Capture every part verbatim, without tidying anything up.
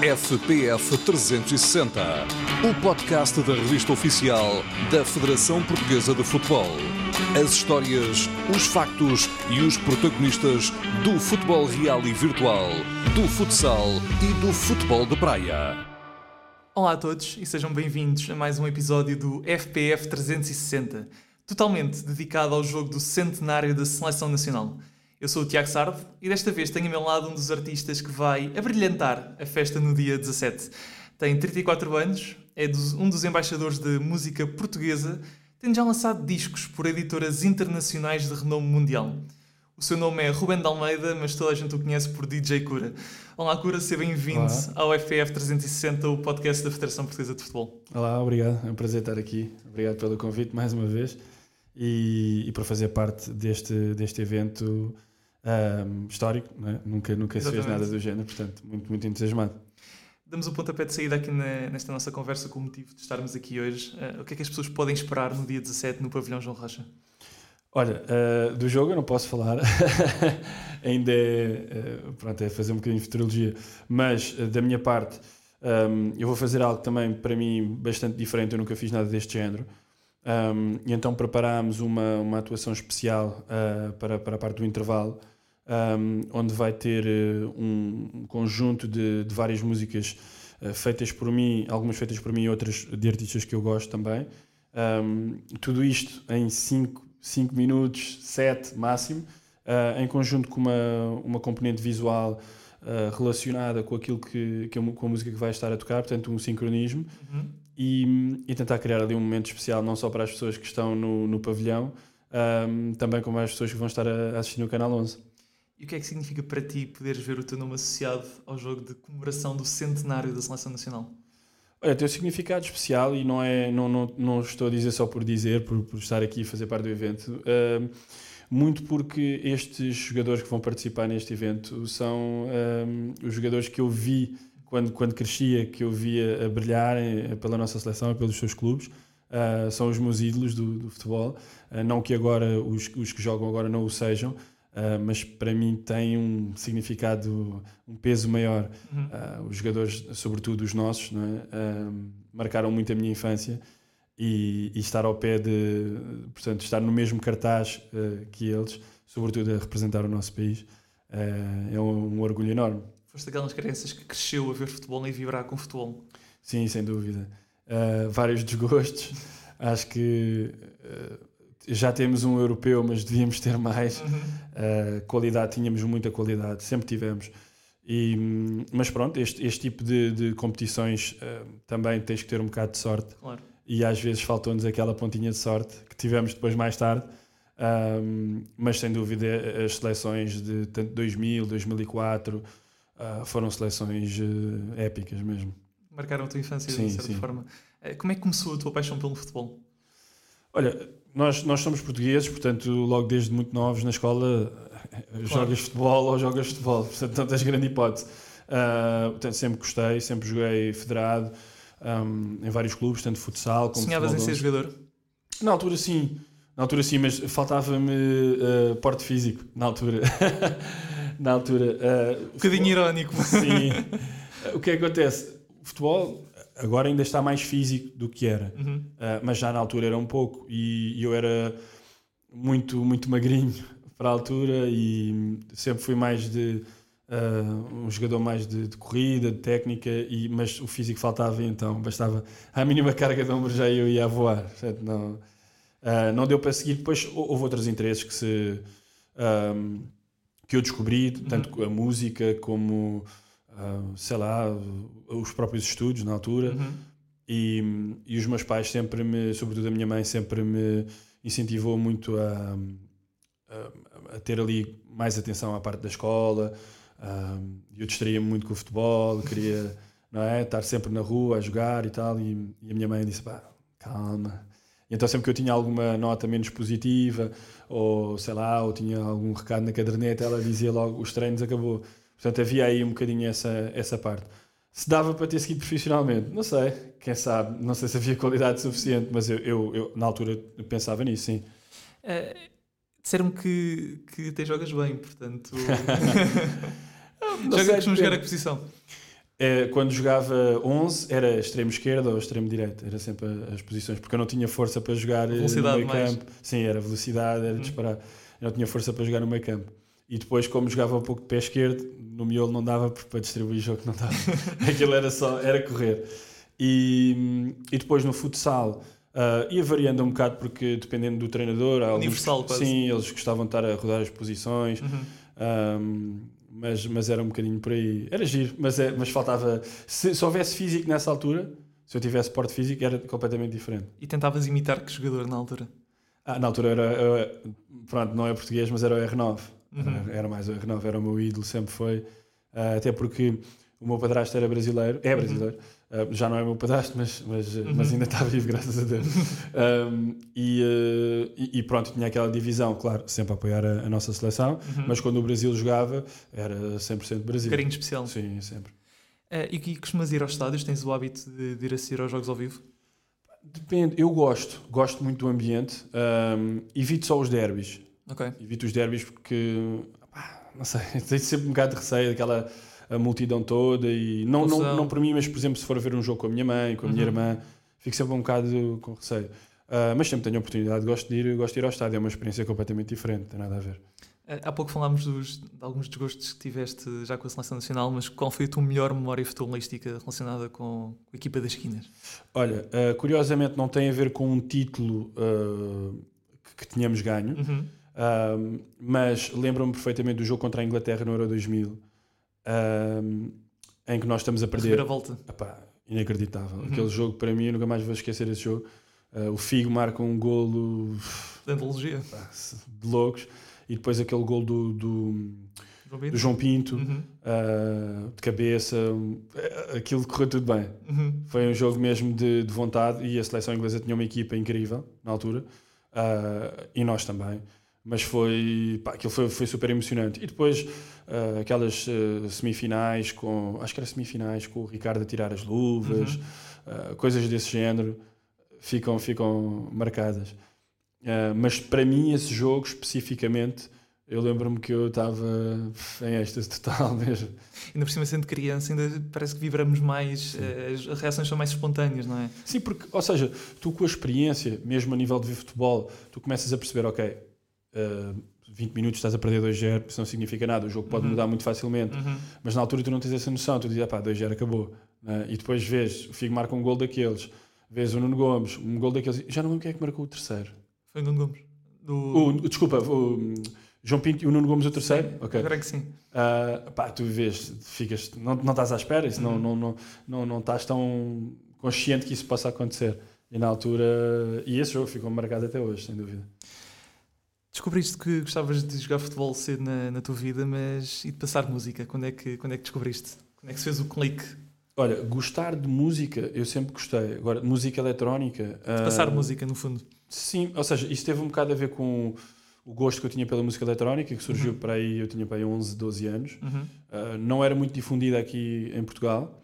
F P F trezentos e sessenta, o podcast da revista oficial da Federação Portuguesa de Futebol. As histórias, os factos e os protagonistas do futebol real e virtual, do futsal e do futebol de praia. Olá a todos e sejam bem-vindos a mais um episódio do F P F trezentos e sessenta, totalmente dedicado ao jogo do centenário da Seleção Nacional. Eu sou o Tiago Sardo e desta vez tenho ao meu lado um dos artistas que vai abrilhantar a festa no dia dezassete. Tem trinta e quatro anos, é dos, um dos embaixadores de música portuguesa, tem já lançado discos por editoras internacionais de renome mundial. O seu nome é Rubén de Almeida, mas toda a gente o conhece por D J Cura. Olá Cura, seja bem-vindo Olá. ao F P F trezentos e sessenta, o podcast da Federação Portuguesa de Futebol. Olá, obrigado, é um prazer estar aqui. Obrigado pelo convite mais uma vez e, e por fazer parte deste, deste evento um, histórico, não é? Nunca, nunca se fez nada do género, portanto, muito, muito entusiasmado. Damos o pontapé de saída aqui na, nesta nossa conversa com o motivo de estarmos aqui hoje. Uh, o que é que as pessoas podem esperar no dia dezassete no Pavilhão João Rocha? Olha, uh, do jogo eu não posso falar, ainda é, uh, pronto, é fazer um bocadinho de futurologia, mas uh, da minha parte um, eu vou fazer algo também para mim bastante diferente, eu nunca fiz nada deste género, um, e então preparámos uma, uma atuação especial uh, para, para a parte do intervalo, um, onde vai ter uh, um, um conjunto de, de várias músicas uh, feitas por mim, algumas feitas por mim e outras de artistas que eu gosto também, um, tudo isto em cinco cinco minutos, sete máximo, uh, em conjunto com uma, uma componente visual uh, relacionada com aquilo que, que, com a música que vai estar a tocar, portanto um sincronismo, uhum. e, e tentar criar ali um momento especial não só para as pessoas que estão no, no pavilhão, um, também como as pessoas que vão estar a assistir no Canal onze. E o que é que significa para ti poderes ver o teu nome associado ao jogo de comemoração do centenário da Seleção Nacional? Olha, tem um significado especial e não, é, não, não, não estou a dizer só por dizer, por, por estar aqui e fazer parte do evento, uh, muito porque estes jogadores que vão participar neste evento são um, os jogadores que eu vi quando, quando crescia, que eu via a brilhar pela nossa seleção e pelos seus clubes, uh, são os meus ídolos do, do futebol, uh, não que agora os, os que jogam agora não o sejam, Uh, mas para mim tem um significado, um peso maior. Uhum. Uh, os jogadores, sobretudo os nossos, não é? uh, marcaram muito a minha infância e, e estar ao pé de, portanto, estar no mesmo cartaz uh, que eles, sobretudo a representar o nosso país, uh, é um, um orgulho enorme. Foste daquelas crianças que cresceu a ver futebol e vibrar com futebol? Sim, sem dúvida. Uh, vários desgostos. Acho que uh, já temos um europeu, mas devíamos ter mais. Uhum. Uh, qualidade, tínhamos muita qualidade, sempre tivemos. E, mas pronto, este, este tipo de, de competições uh, também tens que ter um bocado de sorte. Claro. E às vezes faltou-nos aquela pontinha de sorte que tivemos depois mais tarde. Um, mas sem dúvida as seleções de tanto dois mil, dois mil e quatro uh, foram seleções uh, épicas mesmo. Marcaram a tua infância sim, de certa sim. forma. Como é que começou a tua paixão pelo futebol? Olha, nós, nós somos portugueses, portanto, logo desde muito novos na escola, claro. jogas futebol ou jogas futebol, portanto, não tens grande hipótese. Uh, portanto, sempre gostei, sempre joguei federado, um, em vários clubes, tanto futsal como Sonhavas em ser jogador? Na altura sim, na altura sim, mas faltava-me uh, porte físico, na altura. na altura. Uh, um bocadinho irónico. Sim. O que é que acontece? O futebol agora ainda está mais físico do que era, uhum. uh, mas já na altura era um pouco e eu era muito, muito magrinho para a altura e sempre fui mais de uh, um jogador mais de, de corrida, de técnica, e, mas o físico faltava, então bastava a mínima carga de ombro já eu ia a voar. Portanto, não, uh, não deu para seguir. Depois houve outros interesses que, se, um, que eu descobri, tanto uhum. a música como... Uh, sei lá, os próprios estudos na altura, uhum. e, e os meus pais sempre me, sobretudo a minha mãe, sempre me incentivou muito a, a, a ter ali mais atenção à parte da escola. Uh, eu distraía-me muito com o futebol, queria não é, estar sempre na rua a jogar e tal, e, e a minha mãe disse, pá, calma. E então sempre que eu tinha alguma nota menos positiva, ou sei lá, ou tinha algum recado na caderneta, ela dizia logo, os treinos acabou. Portanto, havia aí um bocadinho essa, essa parte. Se dava para ter seguido profissionalmente, não sei, quem sabe, não sei se havia qualidade suficiente, mas eu, eu, eu na altura pensava nisso, sim. Uh, disseram-me que, que até jogas bem, portanto... Joga, costumas jogar a que posição? É, quando jogava onze era extremo esquerdo ou extremo direito, era sempre as posições, porque eu não tinha força para jogar velocidade no meio mais. campo. Sim, era velocidade, era Uhum. disparar. Eu não tinha força para jogar no meio campo. E depois, como jogava um pouco de pé esquerdo, no miolo não dava, porque para distribuir o jogo não dava. Aquilo era só, era correr. E, e depois no futsal uh, ia variando um bocado, porque dependendo do treinador, há Universal, alguns, quase. sim, eles gostavam de estar a rodar as posições. Uhum. Um, mas, mas era um bocadinho por aí. Era giro, mas, é, mas faltava. Se, se houvesse físico nessa altura, se eu tivesse porte físico, era completamente diferente. E tentavas imitar que jogador na altura? Ah, na altura era, era. Pronto, não é português, mas era o R nove. Uhum. Era, era mais o R nove, era o meu ídolo, sempre foi. Uh, até porque o meu padrasto era brasileiro, é brasileiro. Uhum. Uh, já não é o meu padrasto, mas, mas, uhum. mas ainda está vivo, graças a Deus. um, e, uh, e, e pronto, tinha aquela divisão, claro, sempre a apoiar a, a nossa seleção, uhum. mas quando o Brasil jogava, era cem por cento Brasil. Carinho especial. Sim, sempre. Uh, e, e costumas ir aos estádios? Tens o hábito de, de ir assistir aos jogos ao vivo? Depende, eu gosto, gosto muito do ambiente. Um, evito só os derbys. Okay. Evito os derbys porque, pá, não sei, tenho sempre um bocado de receio daquela a multidão toda e não, não, não por mim, mas por exemplo se for a ver um jogo com a minha mãe, com a minha uhum. irmã, fico sempre um bocado com receio. Uh, mas sempre tenho a oportunidade, gosto de, ir, gosto de ir ao estádio, é uma experiência completamente diferente, não tem nada a ver. Há pouco falámos dos, de alguns desgostos que tiveste já com a Seleção Nacional, mas qual foi a tua melhor memória futebolística relacionada com a equipa das esquinas? Olha, uh, curiosamente não tem a ver com um título uh, que, que tínhamos ganho, uhum. uh, mas lembro-me perfeitamente do jogo contra a Inglaterra no Euro dois mil, uh, em que nós estamos a perder. A volta. Epá, inacreditável. Uhum. Aquele jogo, para mim, eu nunca mais vou esquecer esse jogo. Uh, o Figo marca um golo de antologia, de loucos. E depois aquele gol do, do, João Pinto, do João Pinto uhum. uh, de cabeça, aquilo correu tudo bem. Uhum. Foi um jogo mesmo de, de vontade e a seleção inglesa tinha uma equipa incrível na altura, uh, e nós também. Mas foi, pá, aquilo foi, foi super emocionante. E depois uh, aquelas uh, semifinais, com, acho que era semifinais, com o Ricardo a tirar as luvas, uhum. uh, coisas desse género, ficam, ficam marcadas. Uh, mas para mim esse jogo especificamente, eu lembro-me que eu estava em êxtase total mesmo. Ainda por cima, sendo criança, ainda parece que vibramos mais, uh, as reações são mais espontâneas, não é? Sim, porque, ou seja, tu com a experiência, mesmo a nível de ver futebol, tu começas a perceber, ok, uh, vinte minutos estás a perder dois a zero, isso não significa nada, o jogo pode uhum. mudar muito facilmente, uhum. mas na altura tu não tens essa noção, tu dizes, pá, dois a zero acabou, né? E depois vês, o Figo marca um gol daqueles, vês o Nuno Gomes, um gol daqueles, já não lembro quem é que marcou o terceiro. Foi o Nuno Gomes. Do... O, desculpa, o João Pinto e o Nuno Gomes o terceiro? Sim, okay. Agora que sim. Uh, pá, tu vês, ficas, não, não estás à espera, isso, uhum. não, não, não, não, não estás tão consciente que isso possa acontecer. E na altura, e esse jogo ficou marcado até hoje, sem dúvida. Descobriste que gostavas de jogar futebol cedo na, na tua vida, mas e de passar música? Quando é, que, quando é que descobriste? Quando é que se fez o clique? Olha, gostar de música, eu sempre gostei. Agora, música eletrónica... De passar uh, música, no fundo. Sim, ou seja, isso teve um bocado a ver com o gosto que eu tinha pela música eletrónica, que surgiu uhum. para aí, eu tinha para aí onze, doze anos. Uhum. Uh, não era muito difundida aqui em Portugal.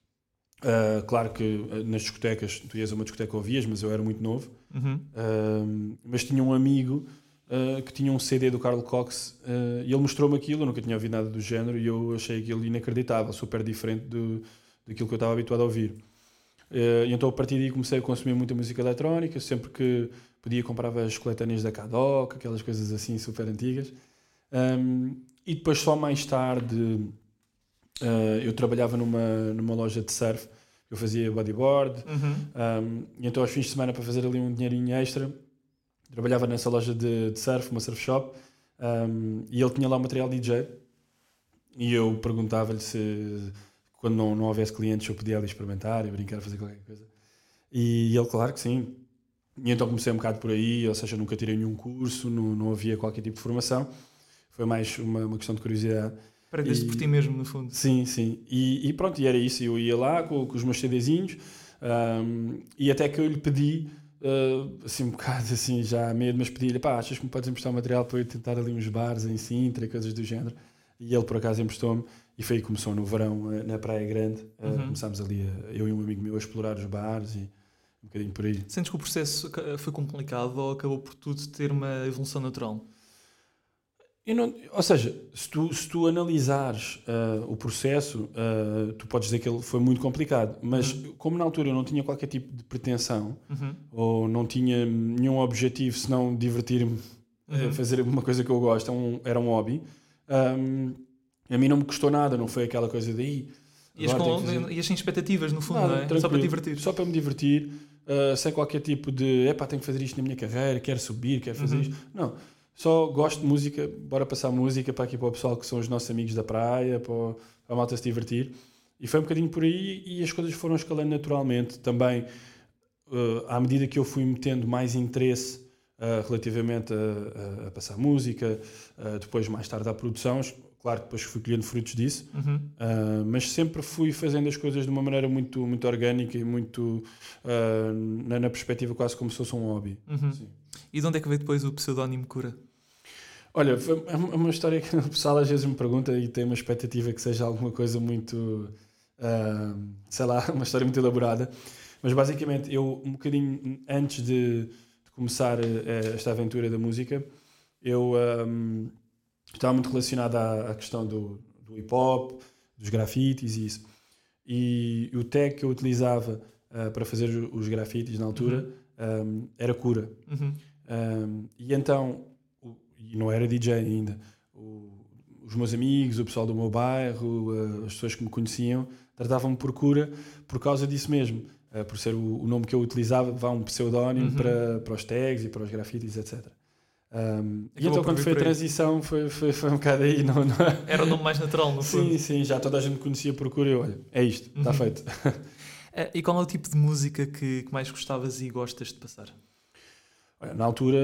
Uh, claro que nas discotecas, tu ias a uma discoteca ouvias, mas eu era muito novo. Uhum. Uh, mas tinha um amigo uh, que tinha um C D do Carl Cox uh, e ele mostrou-me aquilo, eu nunca tinha ouvido nada do género e eu achei aquilo inacreditável, super diferente do, daquilo que eu estava habituado a ouvir. Uh, e então a partir daí comecei a consumir muita música eletrónica, sempre que podia comprava as coletâneas da Cadoc, aquelas coisas assim super antigas. Um, e depois só mais tarde uh, eu trabalhava numa, numa loja de surf, eu fazia bodyboard, uhum. um, e então aos fins de semana para fazer ali um dinheirinho extra, trabalhava nessa loja de, de surf, uma surf shop, um, e ele tinha lá o material D J, e eu perguntava-lhe se... quando não, não houvesse clientes, eu podia ali experimentar e brincar, fazer qualquer coisa. E ele, claro que sim. E então comecei um bocado por aí, ou seja, nunca tirei nenhum curso, não, não havia qualquer tipo de formação. Foi mais uma, uma questão de curiosidade. Aprendeste por ti mesmo, no fundo. Sim, sim. E, e pronto, e era isso. Eu ia lá com, com os meus CDzinhos, um, e até que eu lhe pedi, uh, assim um bocado assim, já a medo, mas pedi-lhe, pá, achas que me podes emprestar material para eu tentar ali uns bares em Sintra, coisas do género? E ele, por acaso, emprestou-me. E foi aí que começou no verão, na Praia Grande. Uhum. Começámos ali, eu e um amigo meu, a explorar os bares e um bocadinho por aí. Sentes que o processo foi complicado ou acabou por tudo ter uma evolução natural? Eu não, ou seja, se tu, se tu analisares uh, o processo, uh, tu podes dizer que ele foi muito complicado, mas uhum. como na altura eu não tinha qualquer tipo de pretensão, uhum. ou não tinha nenhum objetivo senão divertir-me, uhum. uh, fazer uma coisa que eu gosto, um, era um hobby, um, a mim não me custou nada, não foi aquela coisa daí. Ias, com, fazer... ias sem expectativas, no fundo, nada, não é? Só para te divertir. Só para me divertir, uh, sem qualquer tipo de, epá, tenho que fazer isto na minha carreira, quero subir, quero fazer uhum. isto. Não. Só gosto de música, bora passar música para aqui para o pessoal que são os nossos amigos da praia, para, para a malta se divertir. E foi um bocadinho por aí e as coisas foram escalando naturalmente. Também, uh, à medida que eu fui metendo mais interesse uh, relativamente a, a, a passar música, uh, depois mais tarde à produção, claro que depois fui colhendo frutos disso, uhum. uh, mas sempre fui fazendo as coisas de uma maneira muito, muito orgânica e muito uh, na, na perspectiva quase como se fosse um hobby. Uhum. Sim. E de onde é que veio depois o pseudónimo Cura? Olha, é uma história que o pessoal às vezes me pergunta e tem uma expectativa que seja alguma coisa muito, uh, sei lá, uma história muito elaborada. Mas basicamente, eu um bocadinho antes de, de começar esta aventura da música, eu um, estava muito relacionado à, à questão do, do hip-hop, dos grafites e isso. E o tag que eu utilizava uh, para fazer os grafites na altura uhum. um, era Cura. Uhum. Um, e então... e não era D J ainda, o, os meus amigos, o pessoal do meu bairro, as pessoas que me conheciam, tratavam-me por Cura por causa disso mesmo, por ser o, o nome que eu utilizava, vá um pseudónimo uhum. para, para os tags e para os grafites, etcétera. Um, e então quando foi a transição foi, foi, foi um bocado aí. Não, não... Era o nome mais natural, no fundo. Sim, sim, já toda a gente me conhecia por Cura e eu, olha, é isto, está uhum. feito. E qual é o tipo de música que, que mais gostavas e gostas de passar? Olha, na altura...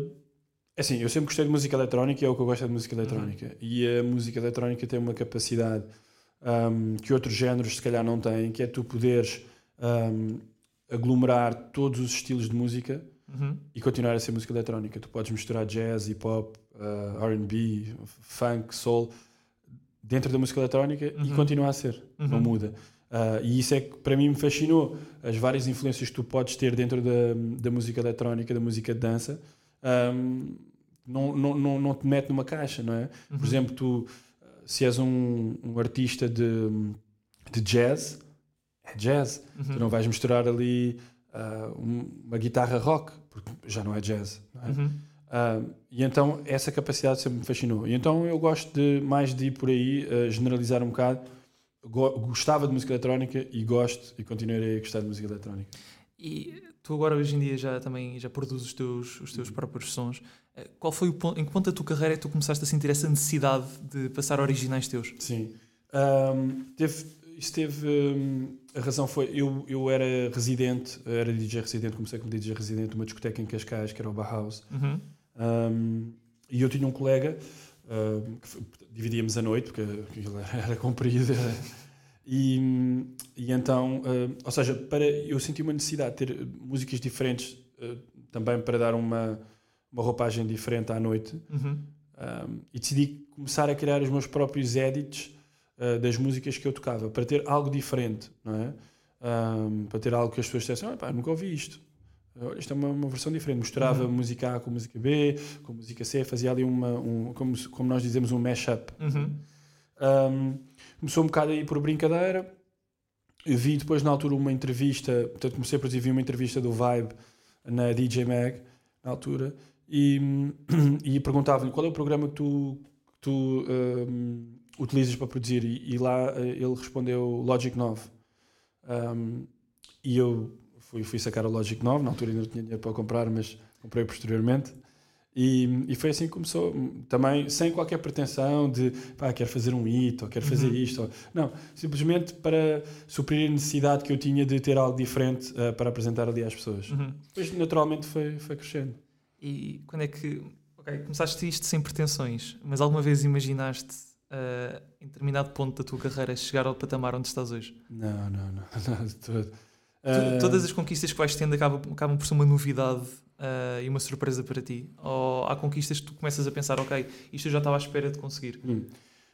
É assim, eu sempre gostei de música eletrónica e é o que eu gosto de música eletrónica. Uhum. E a música eletrónica tem uma capacidade um, que outros géneros se calhar não têm, que é tu poderes um, aglomerar todos os estilos de música uhum. e continuar a ser música eletrónica. Tu podes misturar jazz, hip-hop, uh, R and B, funk, soul dentro da música eletrónica uhum. e continua a ser, uhum. não muda. Uh, e isso é que para mim me fascinou, as várias influências que tu podes ter dentro da, da música eletrónica, da música de dança. Um, não, não, não, não te mete numa caixa, não é? Uhum. Por exemplo, tu, se és um, um artista de, de jazz, é jazz. Uhum. Tu não vais misturar ali uh, uma guitarra rock, porque já não é jazz, não é? Uhum. Uh, e então essa capacidade sempre me fascinou. E então eu gosto de, mais de ir por aí, uh, generalizar um bocado. Go- gostava de música eletrónica e gosto e continuarei a gostar de música eletrónica. E tu agora hoje em dia já também já produzes os teus, os teus próprios sons. Qual foi o ponto, em que ponto da tua carreira é que tu começaste a sentir essa necessidade de passar originais teus? Sim. Um, teve, isso teve... Um, a razão foi... Eu, eu era residente, era D J residente, comecei como D J residente numa discoteca em Cascais, que era o Bauhaus. Uhum. Um, e eu tinha um colega, uh, que dividíamos a noite, porque aquilo era comprido, era... E, e então, uh, ou seja, para, eu senti uma necessidade de ter músicas diferentes uh, também para dar uma, uma roupagem diferente à noite. Uhum. Um, e decidi começar a criar os meus próprios edits uh, das músicas que eu tocava, para ter algo diferente, não é? Um, para ter algo que as pessoas dissessem, ah, pá, nunca ouvi isto. Olha, isto é uma, uma versão diferente. Misturava uhum. música A com música B, com música C, fazia ali uma, um, como, como nós dizemos, um mashup. Uhum. Um, começou um bocado aí por brincadeira. Eu vi depois na altura uma entrevista, portanto comecei a produzir, vi uma entrevista do Vibe na D J Mag na altura e, e perguntava-lhe qual é o programa que tu, que tu um, utilizas para produzir e, e lá ele respondeu Logic nove. Um, e eu fui, fui sacar o Logic nove, na altura ainda não tinha dinheiro para comprar, mas comprei posteriormente. E, e foi assim que começou, também sem qualquer pretensão de pá, quero fazer um hit ou quero fazer uhum. isto. Ou, não, simplesmente para suprir a necessidade que eu tinha de ter algo diferente uh, para apresentar ali às pessoas. Uhum. Depois, naturalmente, foi, foi crescendo. E quando é que okay, começaste isto sem pretensões, mas alguma vez imaginaste uh, em determinado ponto da tua carreira chegar ao patamar onde estás hoje? Não, não, não, não de todo. Uh... Todas as conquistas que vais tendo acabam, acabam por ser uma novidade uh, e uma surpresa para ti? Ou há conquistas que tu começas a pensar, ok, isto eu já estava à espera de conseguir? Hum.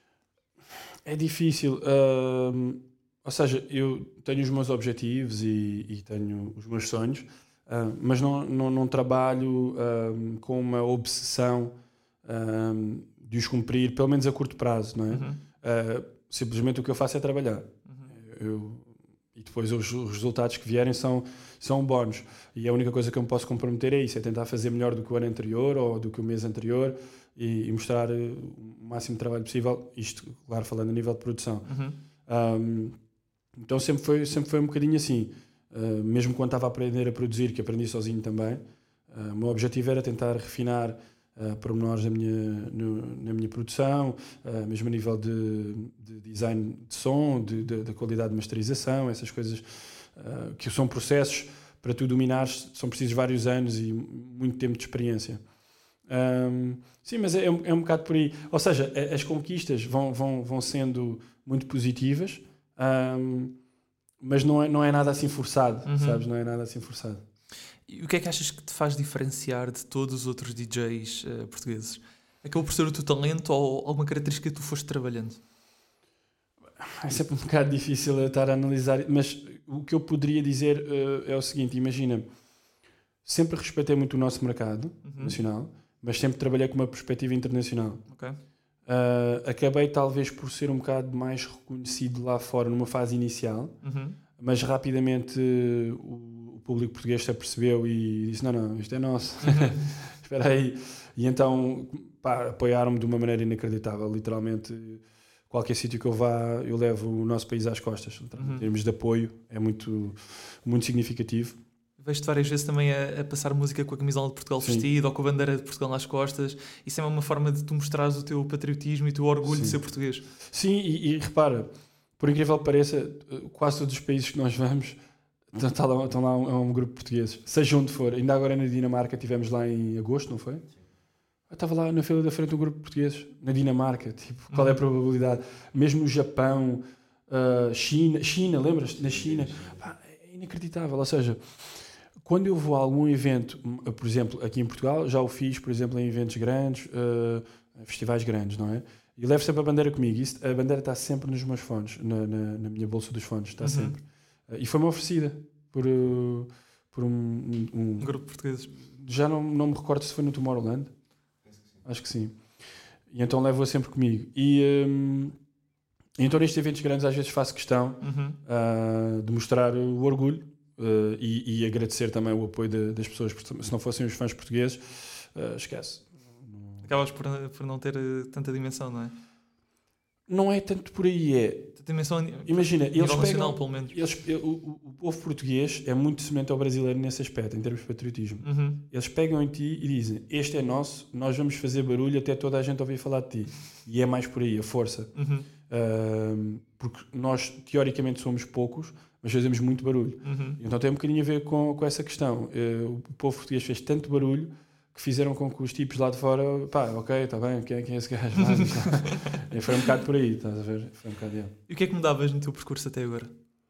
É difícil. Uh, ou seja, eu tenho os meus objetivos e, e tenho os meus sonhos, uh, mas não, não, não trabalho uh, com uma obsessão uh, de os cumprir, pelo menos a curto prazo, não é? Uhum. Uh, simplesmente o que eu faço é trabalhar. Uhum. Eu, e depois os, os resultados que vierem são, são bónus. E a única coisa que eu me posso comprometer é isso, é tentar fazer melhor do que o ano anterior ou do que o mês anterior e, e mostrar o máximo de trabalho possível, isto, claro, falando a nível de produção. Uhum. Um, então sempre foi, sempre foi um bocadinho assim. Uh, mesmo quando estava a aprender a produzir, que aprendi sozinho também, uh, o meu objetivo era tentar refinar uh, pormenores na minha, no, na minha produção, uh, mesmo a nível de, de design de som, de, de, de qualidade de masterização, essas coisas uh, que são processos para tu dominares, são precisos vários anos e muito tempo de experiência. Um, sim, mas é, é um bocado por aí. Ou seja, as conquistas vão, vão, vão sendo muito positivas, um, mas não é, não é nada assim forçado, uhum. sabes? Não é nada assim forçado. E o que é que achas que te faz diferenciar de todos os outros D Js uh, portugueses? Acabou por ser o teu talento ou alguma característica que tu foste trabalhando? É sempre um bocado difícil eu estar a analisar, mas o que eu poderia dizer uh, é o seguinte, imagina, sempre respeitei muito o nosso mercado uhum. nacional, mas sempre trabalhei com uma perspectiva internacional. Okay. Uh, acabei talvez por ser um bocado mais reconhecido lá fora numa fase inicial, uhum. mas rapidamente uh, o, o público português se apercebeu e disse, não, não, isto é nosso, uhum. espera aí. E então pá, apoiaram-me de uma maneira inacreditável, literalmente qualquer sítio que eu vá eu levo o nosso país às costas, uhum. em termos de apoio é muito, muito significativo. Vejo-te várias vezes também a, a passar música com a camisola de Portugal vestido ou com a bandeira de Portugal nas costas. Isso é uma forma de tu mostrares o teu patriotismo e o teu orgulho Sim. de ser português. Sim, e, e repara, por incrível que pareça, quase todos os países que nós vamos estão lá, estão lá um, um grupo português, seja onde for. Ainda agora na Dinamarca, tivemos lá em agosto, não foi? Eu estava lá na fila da frente um grupo português, na Dinamarca. Tipo, qual é a probabilidade? Mesmo no Japão, uh, China, China, lembras-te? Na China. Pá, é inacreditável, ou seja... Quando eu vou a algum evento, por exemplo, aqui em Portugal, já o fiz, por exemplo, em eventos grandes, uh, festivais grandes, não é? E levo sempre a bandeira comigo. Isso, a bandeira está sempre nos meus fones, na, na, na minha bolsa dos fones, está uhum. sempre. Uh, e foi-me oferecida por, uh, por um, um, um... Um grupo português. Já não, não me recordo se foi no Tomorrowland. Acho que sim. E então levo-a sempre comigo. E um, então nestes eventos grandes às vezes faço questão uhum. uh, de mostrar o orgulho. Uh, e, e agradecer também o apoio de, das pessoas, porque se não fossem os fãs portugueses, uh, esquece. Acabas por, por não ter tanta dimensão, não é? Não é tanto por aí, é... Dimensão, imagina, eles pegam, nacional, pelo menos. Eles, o, o, o povo português é muito semelhante ao brasileiro nesse aspecto, em termos de patriotismo. Uhum. Eles pegam em ti e dizem, este é nosso, nós vamos fazer barulho até toda a gente ouvir falar de ti. E é mais por aí, a força. Uhum. Uh, porque nós, teoricamente, somos poucos, mas fazemos muito barulho. Uhum. Então tem um bocadinho a ver com, com essa questão. Uh, o povo português fez tanto barulho que fizeram com que os tipos lá de fora, pá, ok, está bem, quem, quem é esse gajo? E foi um bocado por aí, estás a ver? Foi um bocado, yeah. E o que é que mudavas no teu percurso até agora?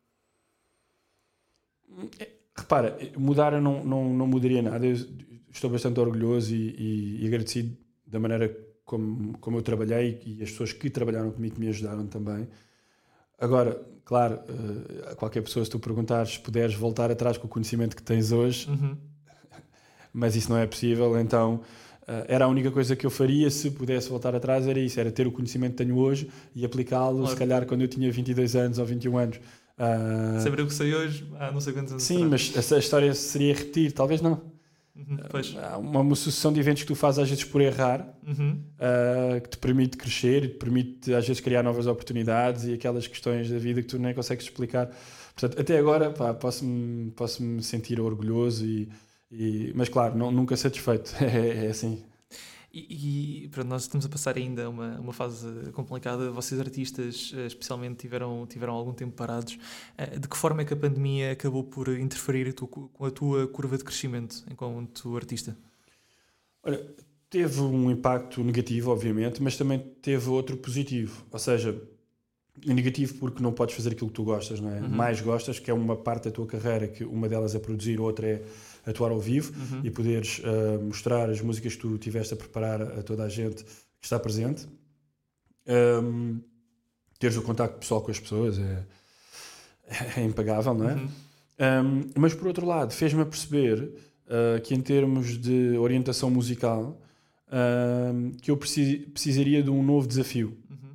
É, repara, mudar eu não, não, não mudaria nada. Eu estou bastante orgulhoso e, e, e agradecido da maneira como, como eu trabalhei e as pessoas que trabalharam comigo que me ajudaram também. Agora, claro, a qualquer pessoa, se tu perguntares, se puderes voltar atrás com o conhecimento que tens hoje, uhum. mas isso não é possível, então era a única coisa que eu faria se pudesse voltar atrás, era isso, era ter o conhecimento que tenho hoje e aplicá-lo, claro. Se calhar, quando eu tinha vinte e dois anos ou vinte e um anos. Uh... Saber o que sei hoje, há não sei quantos anos. Sim, mas essa história seria repetir, talvez não. Uhum, pois. Há uma, uma sucessão de eventos que tu fazes às vezes por errar, uhum. uh, que te permite crescer e te permite às vezes criar novas oportunidades e aquelas questões da vida que tu nem consegues explicar. Portanto, até agora pá, posso-me, posso-me sentir orgulhoso, e, e, mas claro, não, nunca satisfeito. é, é assim. E, e pronto, nós estamos a passar ainda uma, uma fase complicada. Vocês artistas especialmente tiveram, tiveram algum tempo parados. De que forma é que a pandemia acabou por interferir tu, com a tua curva de crescimento enquanto artista? Olha, teve um impacto negativo, obviamente, mas também teve outro positivo. Ou seja, negativo porque não podes fazer aquilo que tu gostas, não é? Uhum. Mais gostas, que é uma parte da tua carreira, que uma delas é produzir, outra é atuar ao vivo, uhum. e poderes uh, mostrar as músicas que tu tiveste a preparar a toda a gente que está presente. Um, teres o contacto pessoal com as pessoas é, é impagável, não é? Uhum. Um, mas por outro lado, fez-me a perceber uh, que em termos de orientação musical uh, que eu precis, precisaria de um novo desafio.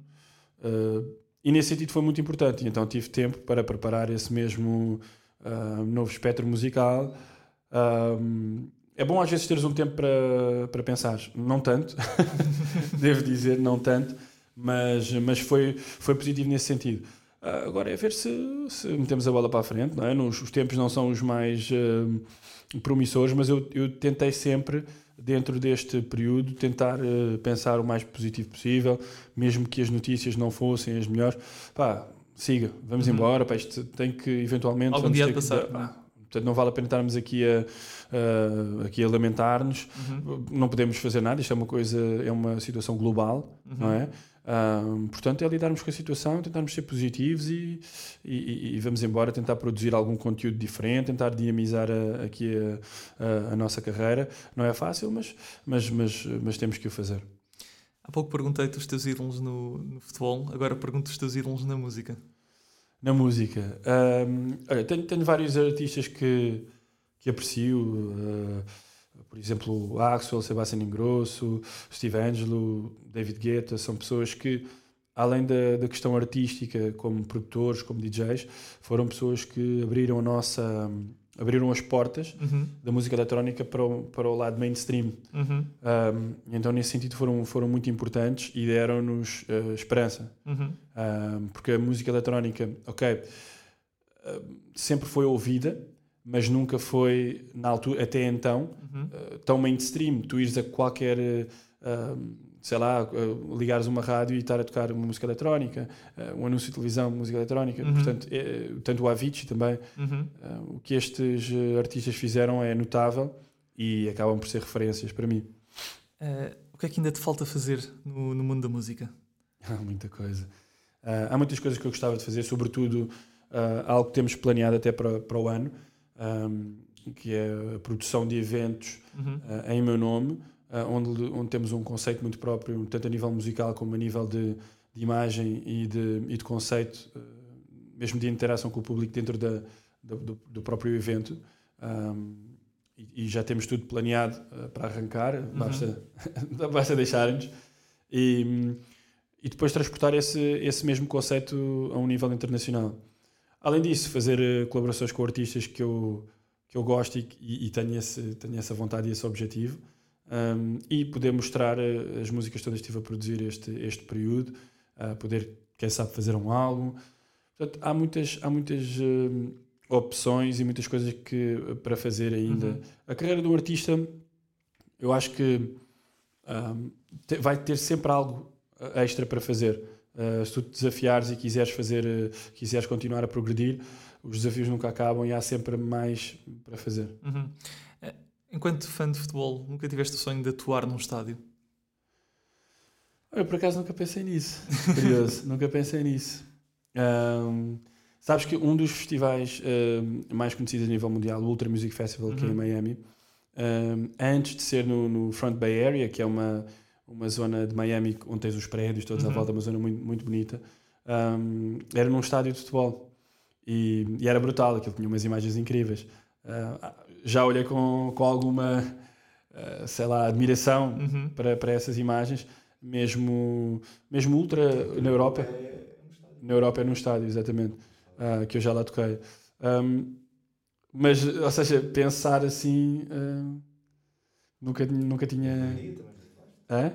Uhum. Uh, e nesse sentido foi muito importante. E então tive tempo para preparar esse mesmo uh, novo espectro musical. Uh, é bom às vezes teres um tempo para, para pensar. Não tanto, devo dizer, não tanto, mas, mas foi, foi positivo nesse sentido. Uh, agora é ver se, se metemos a bola para a frente. Não é? Nos, os tempos não são os mais uh, promissores, mas eu, eu tentei sempre, dentro deste período, tentar uh, pensar o mais positivo possível, mesmo que as notícias não fossem as melhores. Pá, siga, vamos uhum. embora, pá, isto tem que eventualmente... Algum dia a passar. Que, pá, portanto, não vale a pena estarmos aqui a, a, aqui a lamentar-nos. Uhum. Não podemos fazer nada, isto é uma coisa, é uma situação global, uhum. não é? Um, portanto, é lidarmos com a situação, tentarmos ser positivos e, e, e vamos embora, tentar produzir algum conteúdo diferente, tentar dinamizar a, aqui a, a, a nossa carreira. Não é fácil, mas, mas, mas, mas temos que o fazer. Há pouco perguntei-te os teus ídolos no, no futebol, agora pergunto os teus ídolos na música. Na música, um, olha, tenho, tenho vários artistas que, que aprecio, uh, por exemplo, Axwell, Sebastião Ingrosso, Steve Angelo, David Guetta, são pessoas que, além da, da questão artística, como produtores, como D Js, foram pessoas que abriram a nossa, abriram as portas uhum. da música eletrónica para o, para o lado mainstream. Uhum. Um, então, nesse sentido, foram, foram muito importantes e deram-nos uh, esperança. Uhum. Um, porque a música eletrónica, ok, uh, sempre foi ouvida, mas nunca foi, na altura, até então, uhum. uh, tão mainstream. Tu ires a qualquer, uh, sei lá, uh, ligares uma rádio e estar a tocar uma música eletrónica, uh, um anúncio de televisão, música eletrónica. Uhum. Portanto, é, tanto o Avicii também. Uhum. Uh, o que estes uh, artistas fizeram é notável e acabam por ser referências para mim. Uh, o que é que ainda te falta fazer no, no mundo da música? Há muita coisa. Uh, há muitas coisas que eu gostava de fazer, sobretudo uh, algo que temos planeado até para, para o ano, um, que é a produção de eventos uhum. uh, em meu nome, uh, onde, onde temos um conceito muito próprio, tanto a nível musical como a nível de, de imagem e de, e de conceito, uh, mesmo de interação com o público dentro da, do, do próprio evento. Um, e, e já temos tudo planeado uh, para arrancar, uhum. basta, basta deixarem-nos. E, e depois transportar esse, esse mesmo conceito a um nível internacional. Além disso, fazer uh, colaborações com artistas que eu, que eu gosto e, e, e tenho, esse, tenho essa vontade e esse objetivo. Um, e poder mostrar uh, as músicas todas que estive a produzir este, este período, uh, poder, quem sabe, fazer um álbum. Portanto, há muitas, há muitas uh, opções e muitas coisas que, uh, para fazer ainda. Uhum. A carreira do artista, eu acho que um, te, vai ter sempre algo extra para fazer. Uh, se tu te desafiares e quiseres fazer, uh, quiseres continuar a progredir, os desafios nunca acabam e há sempre mais para fazer. Uhum. Enquanto fã de futebol, nunca tiveste o sonho de atuar num estádio? Eu, por acaso, nunca pensei nisso. Curioso, nunca pensei nisso. Um, sabes que um dos festivais um, mais conhecidos a nível mundial, o Ultra Music Festival, uhum. aqui em Miami, um, antes de ser no, no Front Bay Area, que é uma uma zona de Miami onde tens os prédios todos uhum. à volta, uma zona muito, muito bonita, um, era num estádio de futebol e, e era brutal, aquilo tinha umas imagens incríveis. Uh, já olhei com, com alguma uh, sei lá, admiração uhum. para, para essas imagens, mesmo, mesmo ultra na Europa, na Europa é num estádio, exatamente, uh, que eu já lá toquei. Um, mas, ou seja, pensar assim uh, nunca, nunca tinha... Hã?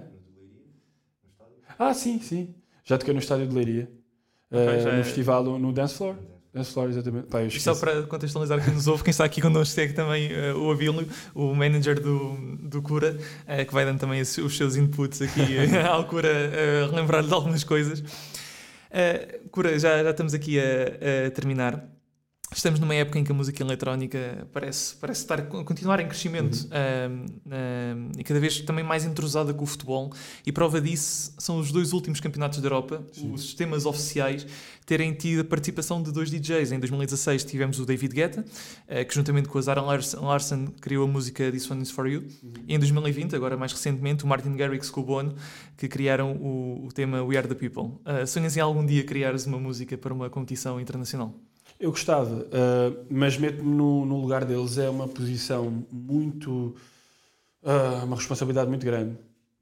Ah, sim, sim. Já toquei no estádio de Leiria. Okay, uh, no é... festival, no Dance Floor. Dance Floor, exatamente. Pá, e só para contextualizar quem nos ouve, quem está aqui connosco segue também uh, o Abílio, o manager do, do Cura, uh, que vai dando também os, os seus inputs aqui uh, ao Cura, uh, relembrar-lhe de algumas coisas. Uh, Cura, já, já estamos aqui a, a terminar. Estamos numa época em que a música eletrónica parece, parece estar a continuar em crescimento uhum. uh, uh, e cada vez também mais entrosada com o futebol, e prova disso são os dois últimos campeonatos da Europa, Sim. os sistemas oficiais terem tido a participação de dois D Js. Em dois mil e dezasseis tivemos o David Guetta, uh, que juntamente com a Zara Larsson criou a música This One Is For You, uhum. e em dois mil e vinte, agora mais recentemente, o Martin Garrix com o Bono, que criaram o, o tema We Are The People. Uh, sonhas em algum dia criares uma música para uma competição internacional? Eu gostava, uh, mas meto-me no, no lugar deles. É uma posição muito... Uh, uma responsabilidade muito grande.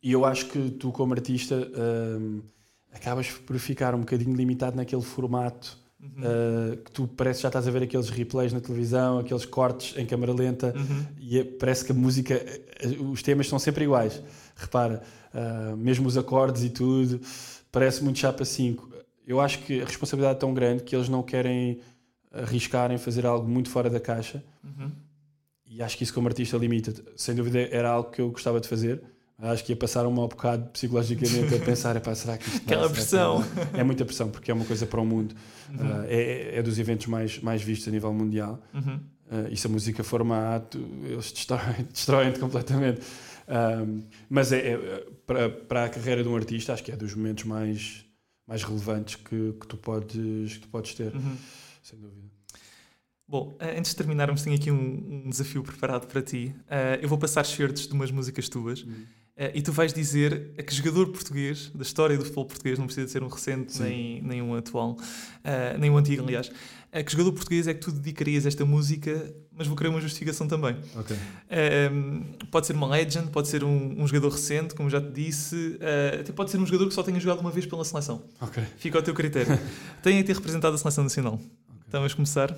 e eu acho que tu, como artista, um, acabas por ficar um bocadinho limitado naquele formato uhum. uh, que tu parece que já estás a ver aqueles replays na televisão, aqueles cortes em câmara lenta, uhum. e é, parece que a música, os temas são sempre iguais. Repara, uh, mesmo os acordes e tudo, parece muito chapa cinco. Eu acho que a responsabilidade é tão grande que eles não querem arriscar em fazer algo muito fora da caixa. Uhum. E acho que isso, como artista, limita-te. Sem dúvida, era algo que eu gostava de fazer. Acho que ia passar um mau bocado psicologicamente a pensar, será que isto Aquela vai, pressão. Que é muita pressão, porque é uma coisa para o mundo. Uhum. Uh, é, é dos eventos mais, mais vistos a nível mundial. Uhum. Uh, e se a música for má, tu, eles destroem, destroem-te completamente. Um, mas é, é, para, para a carreira de um artista, acho que é dos momentos mais, mais relevantes que, que, tu podes, que tu podes ter. Uhum. Sem dúvida. Bom, antes de terminarmos, tenho aqui um, um desafio preparado para ti. Uh, eu vou passar certos de umas músicas tuas. Uhum. Uh, e tu vais dizer a que jogador português, da história do futebol português, não precisa de ser um recente nem, nem um atual, uh, nem um antigo, aliás, a que jogador português é que tu dedicarias esta música, mas vou querer uma justificação também. Okay. Uh, pode ser uma legend, pode ser um, um jogador recente, como já te disse, uh, até pode ser um jogador que só tenha jogado uma vez pela seleção. Okay. Fica ao teu critério. Tem a ter representado a seleção nacional. Okay. Então vamos começar.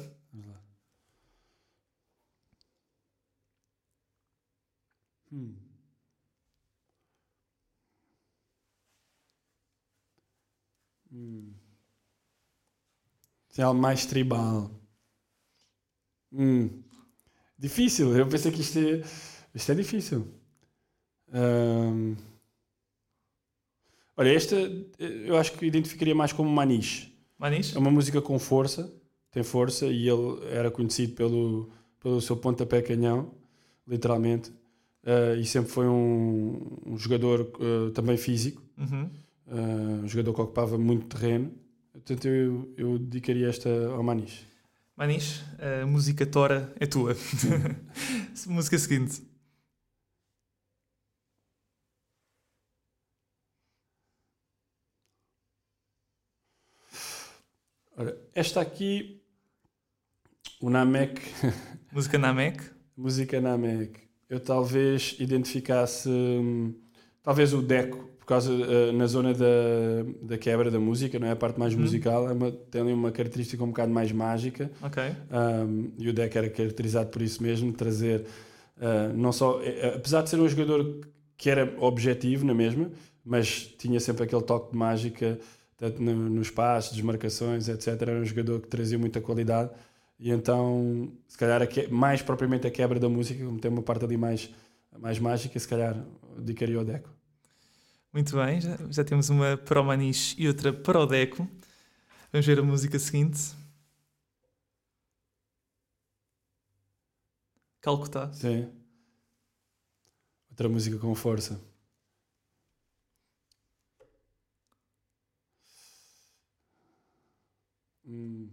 Hum. Hum. É algo mais tribal. Hum. Difícil. Eu pensei que isto é, isto é difícil. Um. Olha, esta eu acho que identificaria mais como Maniche. Maniche? É uma música com força, tem força, e ele era conhecido pelo, pelo seu pontapé canhão, literalmente. Uh, e sempre foi um, um jogador uh, também físico, uhum. uh, um jogador que ocupava muito terreno. Portanto, eu, eu dedicaria esta ao Maniche. Maniche, a música Tora é tua. Música seguinte. Ora, esta aqui, o Namek. Música Namek? Música Namek. Eu talvez identificasse hum, talvez o Deco, por causa uh, na zona da, da quebra da música, não é? A parte mais uhum. musical, é uma, tem uma característica um bocado mais mágica. Okay. Um, e o Deco era caracterizado por isso mesmo, trazer uh, não só, uh, apesar de ser um jogador que era objetivo na mesma, mas tinha sempre aquele toque de mágica, tanto no, nos passos, desmarcações, etcétera. Era um jogador que trazia muita qualidade. E então, se calhar, a que, mais propriamente a quebra da música, como tem uma parte ali mais, mais mágica, se calhar dedicaria ao Deco. Muito bem, já, já temos uma para o Maniche e outra para o Deco. Vamos ver a música seguinte. Calcutá. Sim. Outra música com força. Hum.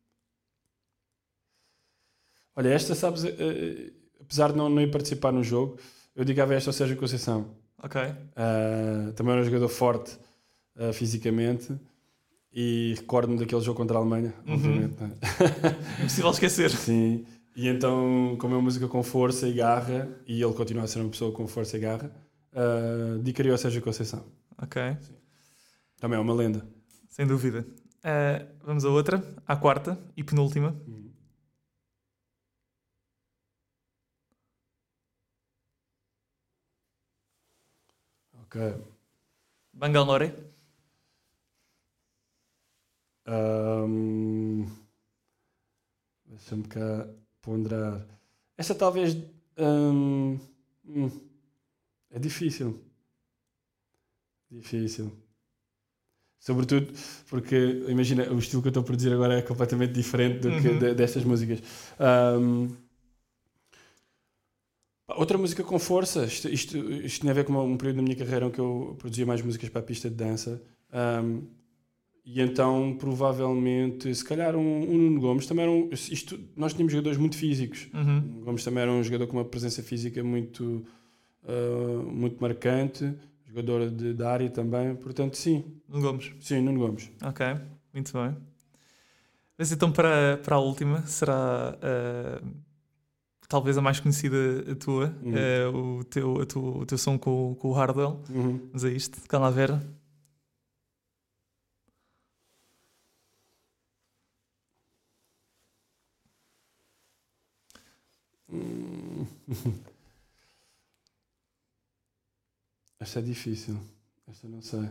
Olha, esta, sabes, uh, apesar de não, não ir participar no jogo, eu digava esta ao Sérgio Conceição. Ok. Uh, também era um jogador forte uh, fisicamente, e recordo-me daquele jogo contra a Alemanha, uhum. obviamente. Impossível esquecer. Sim, e então, como é uma música com força e garra, e ele continua a ser uma pessoa com força e garra, uh, dedicaria ao Sérgio Conceição. Ok. Sim. Também é uma lenda. Sem dúvida. Uh, vamos a outra, à quarta e penúltima. Uhum. Okay. Bangalore. Um, Deixa-me cá ponderar. Esta talvez um, hum, é difícil. Difícil. Sobretudo porque, imagina, o estilo que eu estou a produzir agora é completamente diferente do que uhum. de, destas músicas. Um, Outra música com força, isto, isto, isto tem a ver com um período da minha carreira em que eu produzia mais músicas para a pista de dança, um, e então provavelmente, se calhar um, um Nuno Gomes também era um, isto, nós tínhamos jogadores muito físicos. Uhum. O Nuno Gomes também era um jogador com uma presença física muito, uh, muito marcante, jogador de, de área também, portanto sim. Nuno Gomes? Sim, Nuno Gomes. Ok, muito bem. Mas então para, para a última, será... Uh... talvez a mais conhecida a tua, uhum. uh, o, teu, a tu, o teu som com, com o Hardwell. Uhum. Mas é isto, Calavera. Hum. Esta é difícil. Esta não sei.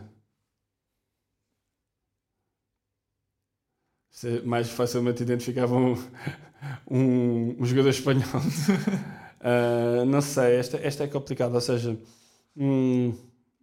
Esta é mais facilmente identificava um, um, um jogador espanhol. uh, não sei, esta, esta é complicada. Ou seja, hum,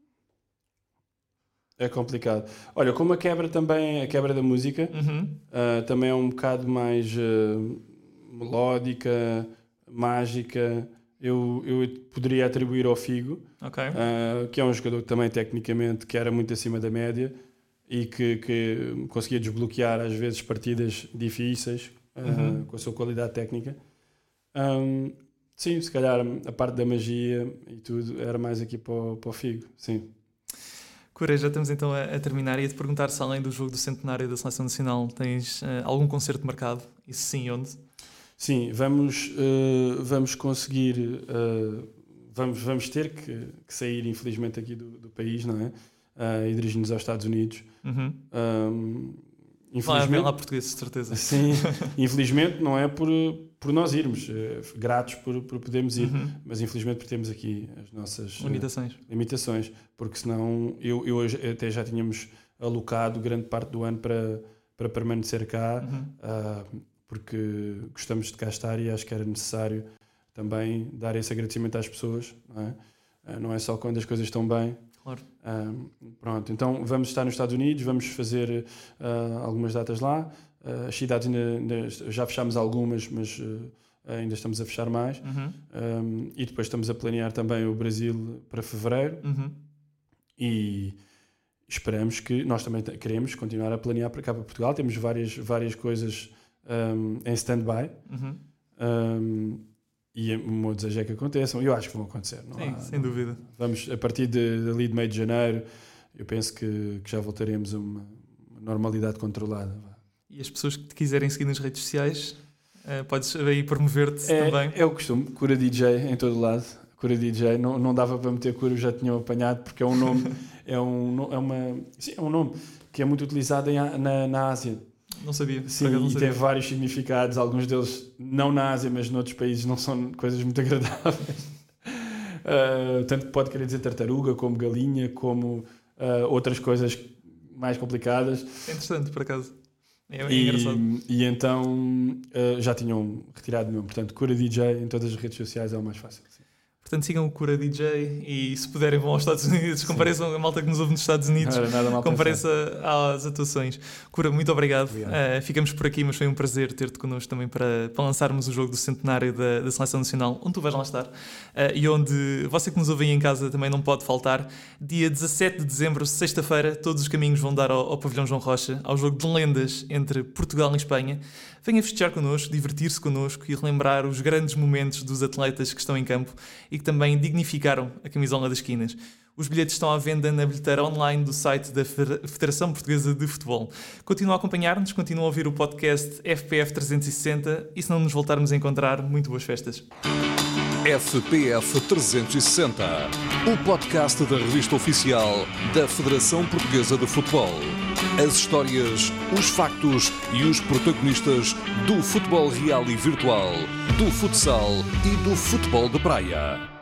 é complicado. Olha, como a quebra também, a quebra da música, uhum. uh, também é um bocado mais uh, melódica, mágica. Eu, eu poderia atribuir ao Figo, okay. uh, que é um jogador também tecnicamente que era muito acima da média e que, que conseguia desbloquear às vezes partidas difíceis uh, uhum. com a sua qualidade técnica. Um, sim, se calhar a parte da magia e tudo era mais aqui para o, para o Figo, sim. Cura, já estamos então a, a terminar e a te perguntar se além do jogo do centenário da Seleção Nacional tens uh, algum concerto marcado e se sim, onde? Sim, vamos, uh, vamos conseguir, uh, vamos, vamos ter que, que sair infelizmente aqui do, do país, não é? Uh, e dirigir-nos aos Estados Unidos. Uhum. Um, infelizmente, lá, lá português, de certeza. Sim, infelizmente não é por, por nós irmos, é, gratos por, por podermos ir, uhum. mas infelizmente por termos aqui as nossas limitações, uh, limitações porque senão eu, eu até já tínhamos alocado grande parte do ano para, para permanecer cá, uhum. uh, porque gostamos de cá estar e acho que era necessário também dar esse agradecimento às pessoas, não é, uh, não é só quando as coisas estão bem. Claro. Uh, pronto, então vamos estar nos Estados Unidos, vamos fazer uh, algumas datas lá. Uh, as cidades ainda, ainda já fechámos algumas, mas uh, ainda estamos a fechar mais. Uhum. Um, e depois estamos a planear também o Brasil para fevereiro. Uhum. E esperamos que nós também t- queremos continuar a planear para cá para Portugal. Temos várias, várias coisas um, em stand-by. Uhum. Um, E o meu desejo é que aconteçam. Eu acho que vão acontecer. Não Sim, há, sem dúvida. Vamos, a partir de, de ali de meio de janeiro, eu penso que, que já voltaremos a uma, uma normalidade controlada. E as pessoas que te quiserem seguir nas redes sociais, uh, podes aí promover-te é, também. É o costume. Cura D J em todo lado. Cura D J. Não, não dava para meter Cura, já tinham apanhado, porque é um nome, é um, é uma, sim, é um nome que é muito utilizado em, na, na Ásia. Não sabia. Sim, não e sabia. tem vários significados, alguns deles não na Ásia, mas noutros países não são coisas muito agradáveis. Uh, tanto que pode querer dizer tartaruga, como galinha, como uh, outras coisas mais complicadas. É interessante, por acaso. É, é e, engraçado. E então uh, já tinham retirado o nome. Portanto, Cura D J em todas as redes sociais é o mais fácil. Sim. Portanto, sigam o Cura D J e, se puderem, vão aos Estados Unidos. Compareçam a malta que nos ouve nos Estados Unidos. Não era nada mal compareça às atuações. Cura, muito obrigado. obrigado. Uh, ficamos por aqui, mas foi um prazer ter-te connosco também para, para lançarmos o jogo do centenário da, da Seleção Nacional, onde tu vais lá estar. Uh, e onde você que nos ouve aí em casa também não pode faltar. Dia dezassete de dezembro, sexta-feira, todos os caminhos vão dar ao, ao Pavilhão João Rocha, ao jogo de lendas entre Portugal e Espanha. Venha festejar connosco, divertir-se connosco e relembrar os grandes momentos dos atletas que estão em campo e que também dignificaram a camisola das esquinas. Os bilhetes estão à venda na bilheteira online do site da Federação Portuguesa de Futebol. Continua a acompanhar-nos, continua a ouvir o podcast F P F trezentos e sessenta e se não nos voltarmos a encontrar, muito boas festas. F P F trezentos e sessenta, o podcast da revista oficial da Federação Portuguesa de Futebol. As histórias, os factos e os protagonistas do futebol real e virtual, do futsal e do futebol de praia.